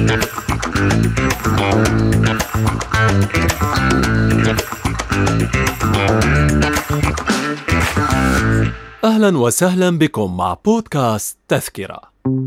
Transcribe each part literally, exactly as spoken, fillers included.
أهلا وسهلا بكم مع بودكاست تذكرة.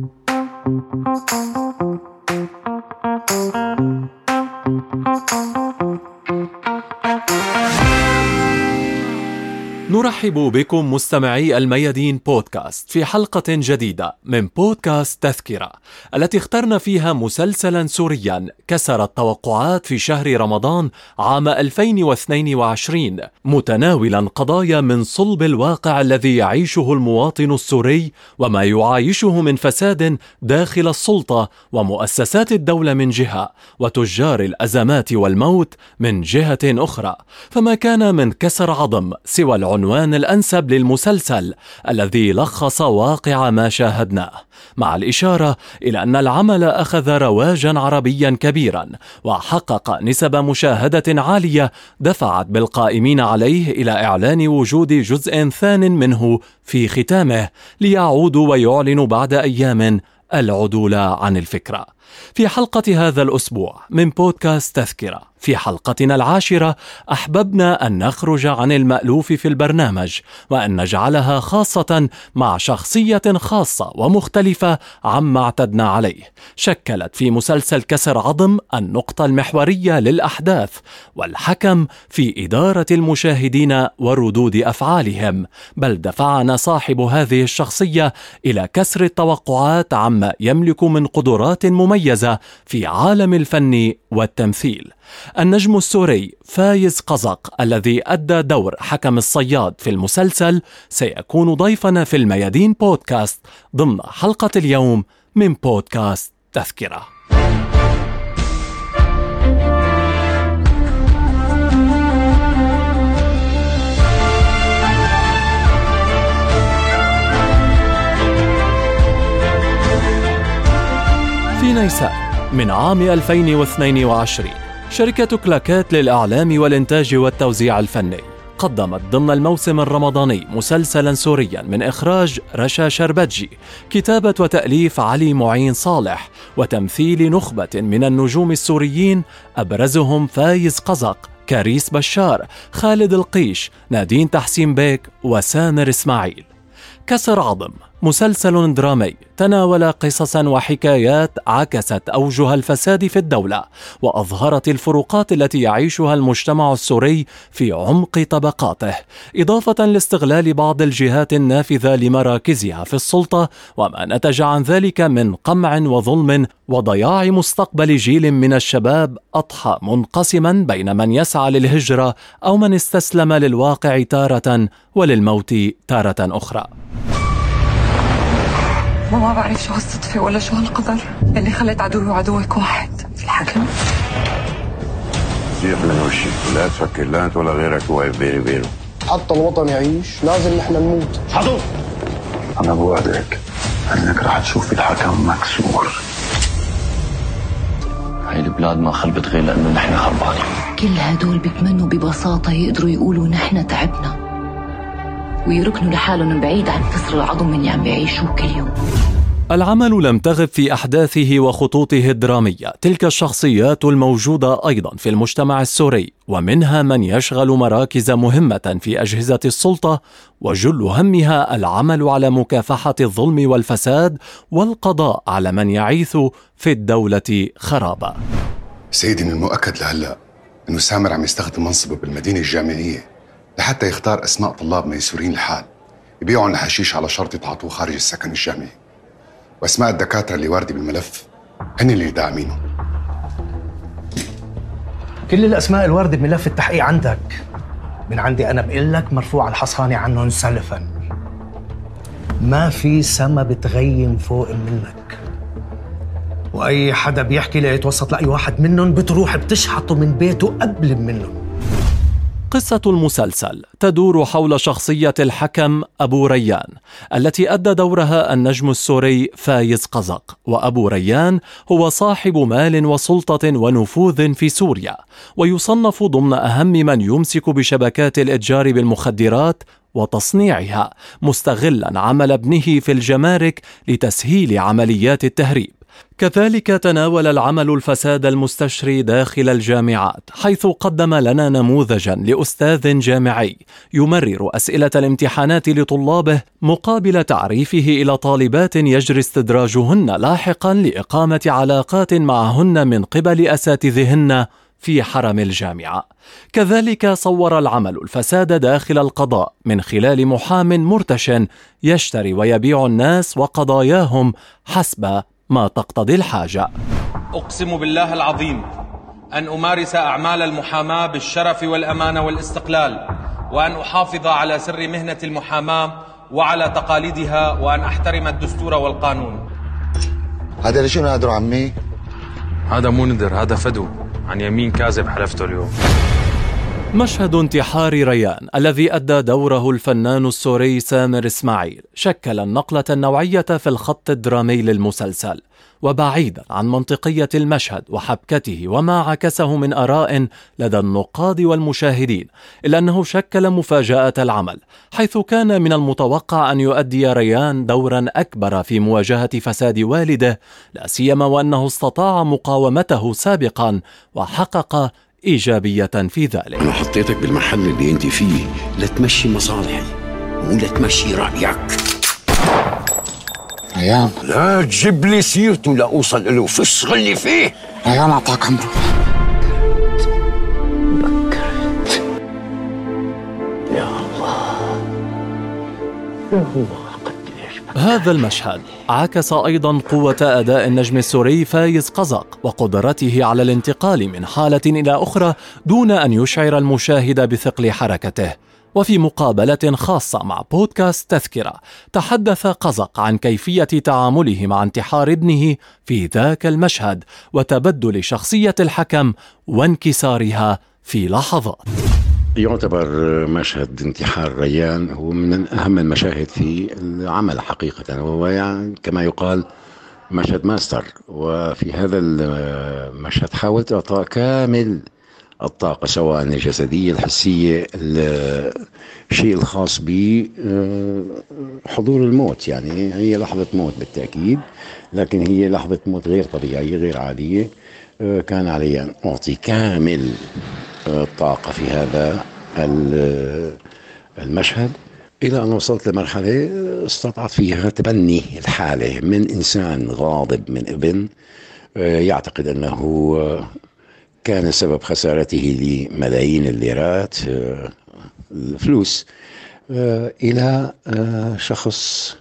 نرحب بكم مستمعي الميادين بودكاست في حلقة جديدة من بودكاست تذكرة، التي اخترنا فيها مسلسلا سوريا كسر التوقعات في شهر رمضان عام ألفين واثنين وعشرين، متناولا قضايا من صلب الواقع الذي يعيشه المواطن السوري وما يعايشه من فساد داخل السلطة ومؤسسات الدولة من جهة، وتجار الأزمات والموت من جهة أخرى. فما كان من كسر عظم سوى العنوان الأنسب للمسلسل الذي لخص واقع ما شاهدناه، مع الإشارة إلى أن العمل أخذ رواجا عربيا كبيرا وحقق نسب مشاهدة عالية دفعت بالقائمين عليه إلى إعلان وجود جزء ثان منه في ختامه، ليعودوا ويعلنوا بعد أيام العدول عن الفكرة. في حلقة هذا الأسبوع من بودكاست تذكرة، في حلقتنا العاشرة، أحببنا أن نخرج عن المألوف في البرنامج وأن نجعلها خاصة مع شخصية خاصة ومختلفة عما اعتدنا عليه، شكلت في مسلسل كسر عظم النقطة المحورية للأحداث والحكم في إدارة المشاهدين وردود أفعالهم، بل دفعنا صاحب هذه الشخصية إلى كسر التوقعات عما يملك من قدرات مميزة في عالم الفن والتمثيل. النجم السوري فايز قزق الذي أدى دور حكم الصياد في المسلسل سيكون ضيفنا في الميادين بودكاست ضمن حلقة اليوم من بودكاست تذكرة. في نيسان من عام ألفين واثنين وعشرين، شركة كلاكات للإعلام والإنتاج والتوزيع الفني قدمت ضمن الموسم الرمضاني مسلسلا سوريا من إخراج رشا شربتجي، كتابة وتأليف علي معين صالح، وتمثيل نخبة من النجوم السوريين أبرزهم فايز قزق، كاريس بشار، خالد القيش، نادين تحسين بيك، وسامر إسماعيل. كسر عظم مسلسل درامي تناول قصصا وحكايات عكست أوجه الفساد في الدولة وأظهرت الفروقات التي يعيشها المجتمع السوري في عمق طبقاته، إضافة لاستغلال بعض الجهات النافذة لمراكزها في السلطة وما نتج عن ذلك من قمع وظلم وضياع مستقبل جيل من الشباب أضحى منقسما بين من يسعى للهجرة أو من استسلم للواقع تارة وللموت تارة أخرى. ما بعرف شو هالصدفة ولا شو هالقدر اللي خلت عدوي وعدوك واحد. الحكم سيح من وشي، لا تفكر لا انت ولا غيرك واقف بيني وبينه. حتى الوطن يعيش لازم نحن نموت. حضور، انا بوعدك انك رح تشوف الحكم مكسور. هاي البلاد ما خربت غير لانه نحن خربانين. كل هدول بيتمنوا ببساطة يقدروا يقولوا نحن تعبنا ويركنوا لحالهم بعيد عن كسر العظم اللي عم بيعيشوه كل يوم. العمل لم تغب في أحداثه وخطوطه الدرامية تلك الشخصيات الموجودة أيضا في المجتمع السوري، ومنها من يشغل مراكز مهمة في أجهزة السلطة وجل همها العمل على مكافحة الظلم والفساد والقضاء على من يعيث في الدولة خرابا. سيدي، من المؤكد لهلأ أنه سامر عم يستخدم منصبه بالمدينة الجامعية لحتى يختار أسماء طلاب ميسورين الحال يبيعوا الحشيش على شرط يتعاطوه خارج السكن الجامعي، وأسماء الدكاترة اللي واردة بالملف هن اللي داعمينه. كل الأسماء الواردة بملف التحقيق عندك، من عندي أنا بقول لك مرفوع الحصانة عنهم سلفا. ما في سما بتغيم فوق منك، وأي حدا بيحكي ليتوسط لأي واحد منهم بتروح بتشحطه من بيته قبل منهم. قصة المسلسل تدور حول شخصية الحكم أبو ريان التي أدى دورها النجم السوري فايز قزق، وأبو ريان هو صاحب مال وسلطة ونفوذ في سوريا، ويصنف ضمن أهم من يمسك بشبكات الإتجار بالمخدرات وتصنيعها، مستغلا عمل ابنه في الجمارك لتسهيل عمليات التهريب. كذلك تناول العمل الفساد المستشري داخل الجامعات، حيث قدم لنا نموذجا لأستاذ جامعي يمرر أسئلة الامتحانات لطلابه مقابل تعريفه إلى طالبات يجري استدراجهن لاحقا لإقامة علاقات معهن من قبل أساتذهن في حرم الجامعة. كذلك صور العمل الفساد داخل القضاء من خلال محام مرتشن يشتري ويبيع الناس وقضاياهم حسب ما تقتضي الحاجة. أقسم بالله العظيم أن أمارس أعمال المحاماة بالشرف والأمانة والاستقلال، وأن أحافظ على سر مهنة المحاماة وعلى تقاليدها، وأن أحترم الدستور والقانون. هذا لشو نادر عمي؟ هذا مو ندر، هذا فدو عن يمين كاذب حلفته اليوم. مشهد انتحار ريان الذي أدى دوره الفنان السوري سامر إسماعيل شكل النقلة النوعية في الخط الدرامي للمسلسل، وبعيدا عن منطقية المشهد وحبكته وما عكسه من آراء لدى النقاد والمشاهدين، إلا أنه شكل مفاجأة العمل، حيث كان من المتوقع أن يؤدي ريان دورا أكبر في مواجهة فساد والده، لا سيما وأنه استطاع مقاومته سابقا وحقق إيجابية في ذلك. أنا حطيتك بالمحل اللي أنت فيه لتمشي مصالحي مو لتمشي رأيك. ريان لا تجيب لي سيرته لأوصل له، فش شغلي فيه. ريان أعطاك عمره. بكرت يا الله يا الله. هذا المشهد عكس أيضا قوة أداء النجم السوري فايز قزق وقدرته على الانتقال من حالة إلى أخرى دون أن يشعر المشاهد بثقل حركته. وفي مقابلة خاصة مع بودكاست تذكرة تحدث قزق عن كيفية تعامله مع انتحار ابنه في ذاك المشهد وتبدل شخصية الحكم وانكسارها في لحظات. يعتبر مشهد انتحار ريان هو من أهم المشاهد في العمل حقيقة، وهو يعني كما يقال مشهد ماستر. وفي هذا المشهد حاولت إعطاء كامل الطاقة، سواء الجسدية الحسية، الشيء الخاص بحضور الموت. يعني هي لحظة موت بالتأكيد، لكن هي لحظة موت غير طبيعية غير عادية. كان علي أن أعطي كامل الطاقة في هذا المشهد، إلى أن وصلت لمرحلة استطعت فيها تبني الحالة من إنسان غاضب، من ابن يعتقد أنه كان سبب خسارته لملايين الليرات الفلوس، إلى شخص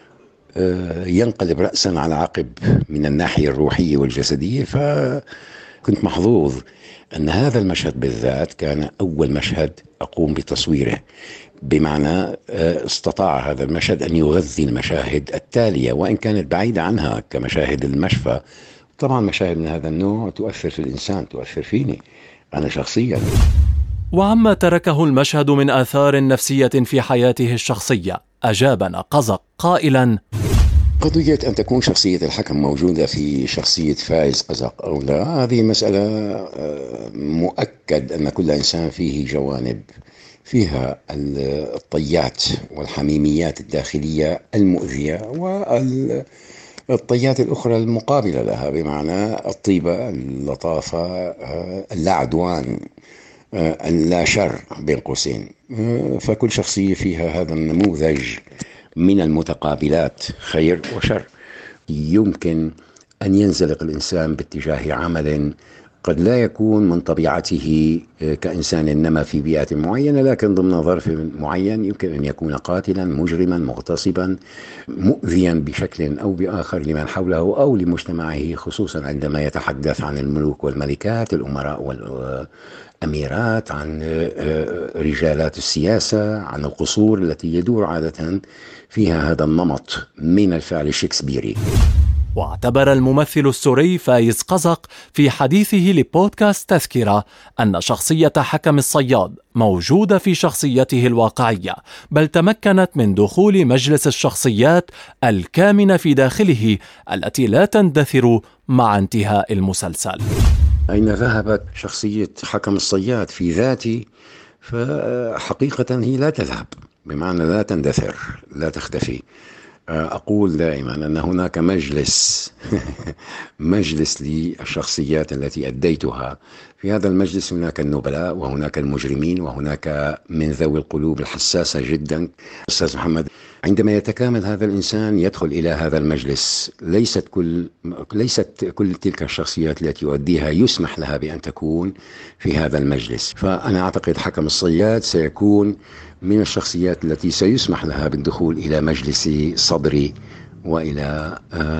ينقلب رأسا على عقب من الناحية الروحية والجسدية. فكنت محظوظ أن هذا المشهد بالذات كان أول مشهد أقوم بتصويره، بمعنى استطاع هذا المشهد أن يغذي المشاهد التالية وإن كانت بعيدة عنها كمشاهد المشفى. طبعا مشاهد من هذا النوع تؤثر في الإنسان، تؤثر فيني أنا شخصيا. وعما تركه المشهد من آثار نفسية في حياته الشخصية أجابنا قزق قائلا: قضية أن تكون شخصية الحكم موجودة في شخصية فايز قزق أو لا، هذه مسألة مؤكد أن كل إنسان فيه جوانب، فيها الطيات والحميميات الداخلية المؤذية والطيات الأخرى المقابلة لها، بمعنى الطيبة، اللطافة، اللا عدوان، اللا شر بين قوسين. فكل شخصية فيها هذا النموذج من المتقابلات، خير وشر. يمكن أن ينزلق الإنسان باتجاه عمل قد لا يكون من طبيعته كإنسان إنما في بيئة معينة، لكن ضمن ظرف معين يمكن أن يكون قاتلا، مجرما، مغتصبا، مؤذيا بشكل أو بآخر لمن حوله أو لمجتمعه، خصوصا عندما يتحدث عن الملوك والملكات، الأمراء والأميرات، عن رجالات السياسة، عن القصور التي يدور عادة فيها هذا النمط من الفعل الشكسبيري. واعتبر الممثل السوري فايز قزق في حديثه لبودكاست تذكرة أن شخصية حكم الصياد موجودة في شخصيته الواقعية، بل تمكنت من دخول مجلس الشخصيات الكامنة في داخله التي لا تندثر مع انتهاء المسلسل. أين ذهبت شخصية حكم الصياد في ذاتي؟ فحقيقة هي لا تذهب، بمعنى لا تندثر، لا تختفي. أقول دائما أن هناك مجلس مجلس للشخصيات التي أديتها. في هذا المجلس هناك النبلاء وهناك المجرمين وهناك من ذوي القلوب الحساسة جدا. أستاذ محمد، عندما يتكامل هذا الإنسان يدخل إلى هذا المجلس. ليست كل ليست كل تلك الشخصيات التي يؤديها يسمح لها بأن تكون في هذا المجلس. فأنا أعتقد حكم الصياد سيكون من الشخصيات التي سيسمح لها بالدخول إلى مجلس صدري وإلى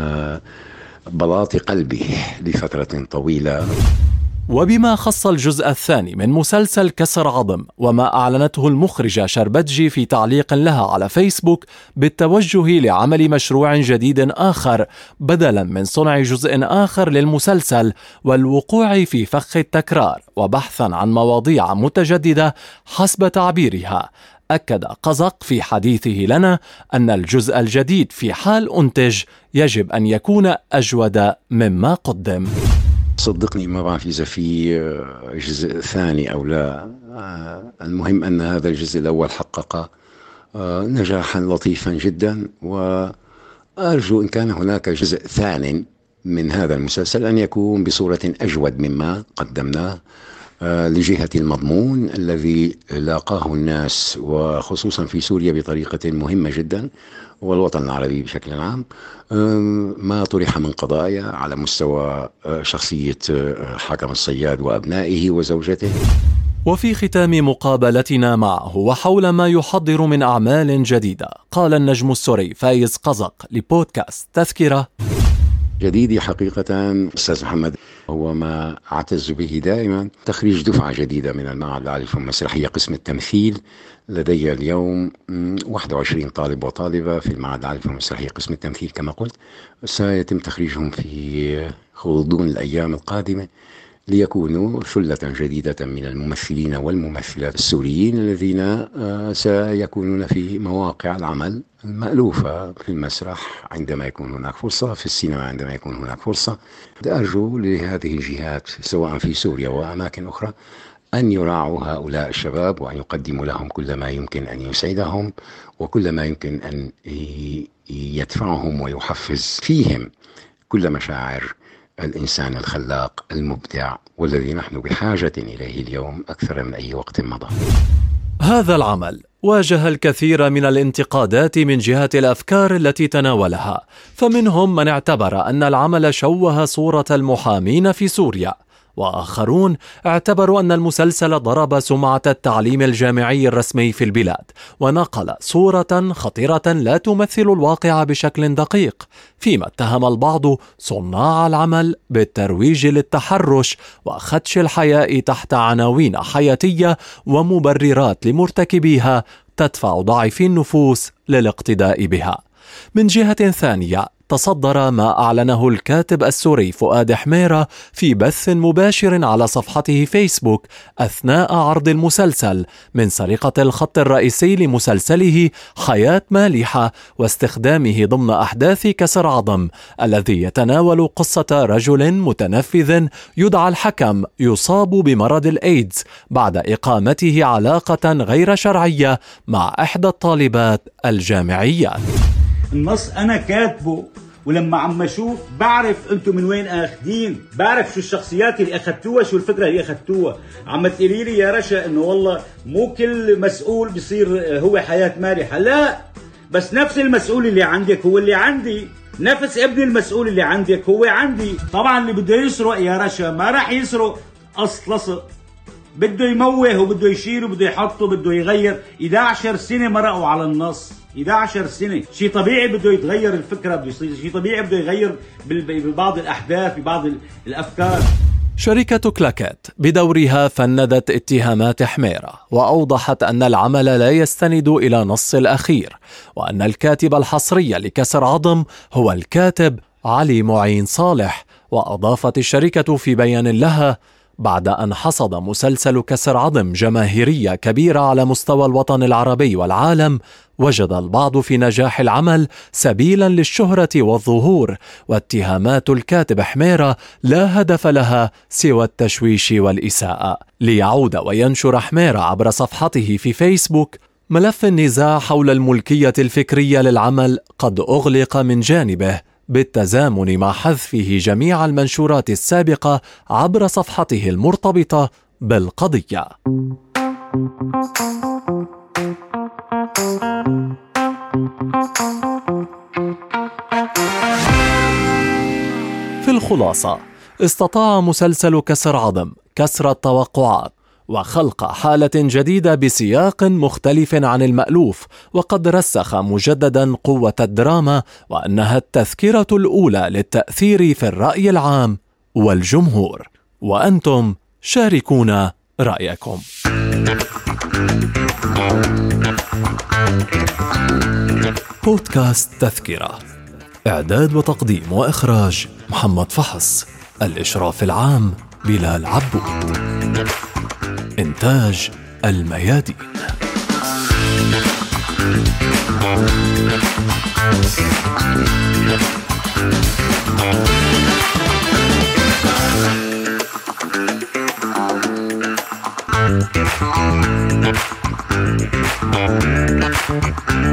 بلاط قلبي لفترة طويلة. وبما خص الجزء الثاني من مسلسل كسر عظم وما أعلنته المخرجة شربتجي في تعليق لها على فيسبوك بالتوجه لعمل مشروع جديد آخر بدلا من صنع جزء آخر للمسلسل والوقوع في فخ التكرار وبحثا عن مواضيع متجددة حسب تعبيرها، أكد قزق في حديثه لنا أن الجزء الجديد في حال أنتج يجب أن يكون أجود مما قدم. صدقني ما بعرف إذا في جزء ثاني أو لا، المهم أن هذا الجزء الأول حقق نجاحا لطيفا جدا، وأرجو إن كان هناك جزء ثاني من هذا المسلسل أن يكون بصورة أجود مما قدمناه لجهة المضمون الذي لاقاه الناس وخصوصا في سوريا بطريقة مهمة جدا والوطن العربي بشكل عام، ما طرح من قضايا على مستوى شخصية حكم الصياد وأبنائه وزوجته. وفي ختام مقابلتنا معه وحول ما يحضر من أعمال جديدة، قال النجم السوري فايز قزق لبودكاست تذكرة: جديدي حقيقة أستاذ محمد هو ما أعتز به دائما، تخريج دفعة جديدة من المعهد العالي للفنون المسرحية قسم التمثيل. لدي اليوم واحد وعشرين طالب وطالبة في المعهد العالي للفنون المسرحية قسم التمثيل كما قلت، سيتم تخريجهم في غضون الأيام القادمة ليكونوا ثلة جديدة من الممثلين والممثلات السوريين الذين سيكونون في مواقع العمل المألوفة في المسرح عندما يكون هناك فرصة، في السينما عندما يكون هناك فرصة. أرجو لهذه الجهات سواء في سوريا وأماكن أخرى أن يراعوا هؤلاء الشباب وأن يقدموا لهم كل ما يمكن أن يسعدهم وكل ما يمكن أن يدفعهم ويحفز فيهم كل مشاعر الإنسان الخلاق المبدع والذي نحن بحاجة إليه اليوم أكثر من أي وقت مضى. هذا العمل واجه الكثير من الانتقادات من جهة الأفكار التي تناولها، فمنهم من اعتبر أن العمل شوه صورة المحامين في سوريا، وآخرون اعتبروا أن المسلسل ضرب سمعة التعليم الجامعي الرسمي في البلاد ونقل صورة خطيرة لا تمثل الواقع بشكل دقيق، فيما اتهم البعض صناع العمل بالترويج للتحرش وخدش الحياء تحت عناوين حياتية ومبررات لمرتكبيها تدفع ضعيفي النفوس للاقتداء بها. من جهة ثانية تصدر ما أعلنه الكاتب السوري فؤاد حميرة في بث مباشر على صفحته فيسبوك أثناء عرض المسلسل من سرقة الخط الرئيسي لمسلسله حياة مالحة واستخدامه ضمن أحداث كسر عظم الذي يتناول قصة رجل متنفذ يدعى الحكم يصاب بمرض الإيدز بعد إقامته علاقة غير شرعية مع إحدى الطالبات الجامعيات. النص أنا كاتبه، ولما عم أشوف بعرف أنتم من وين أخذين، بعرف شو الشخصيات اللي أخذتوها، شو الفكرة اللي أخذتوها. عم تقولي لي يا رشا إنه والله مو كل مسؤول بيصير هو حياة مالحة، لا، بس نفس المسؤول اللي عندك هو اللي عندي، نفس ابن المسؤول اللي عندك هو عندي. طبعا اللي بده يسرق يا رشا ما راح يسرق أصل لصق، بده يموه وبده يشيل وبده يحط وبده يغير. إحدى عشرة سنة مرقوا على النص، إحدى عشرة سنة، شيء طبيعي بده يتغير الفكرة، بده يصير شيء طبيعي بده يغير ببعض الأحداث ببعض الأفكار. شركة كلاكيت بدورها فندت اتهامات حميرة وأوضحت أن العمل لا يستند إلى نص الأخير، وأن الكاتب الحصري لكسر عظم هو الكاتب علي معين صالح. وأضافت الشركة في بيان لها: بعد أن حصد مسلسل كسر عظم جماهيرية كبيرة على مستوى الوطن العربي والعالم، وجد البعض في نجاح العمل سبيلا للشهرة والظهور، واتهامات الكاتب حميرة لا هدف لها سوى التشويش والإساءة. ليعود وينشر حميرة عبر صفحته في فيسبوك: ملف النزاع حول الملكية الفكرية للعمل قد أغلق من جانبه بالتزامن مع حذفه جميع المنشورات السابقة عبر صفحته المرتبطة بالقضية. في الخلاصة، استطاع مسلسل كسر عظم كسر التوقعات وخلق حالة جديدة بسياق مختلف عن المألوف، وقد رسخ مجددا قوة الدراما وأنها التذكرة الأولى للتأثير في الرأي العام والجمهور. وأنتم شاركونا رأيكم. بودكاست تذكرة، إعداد وتقديم وإخراج محمد فحص، الإشراف العام بلال عبود، إنتاج الميادين. Thank you.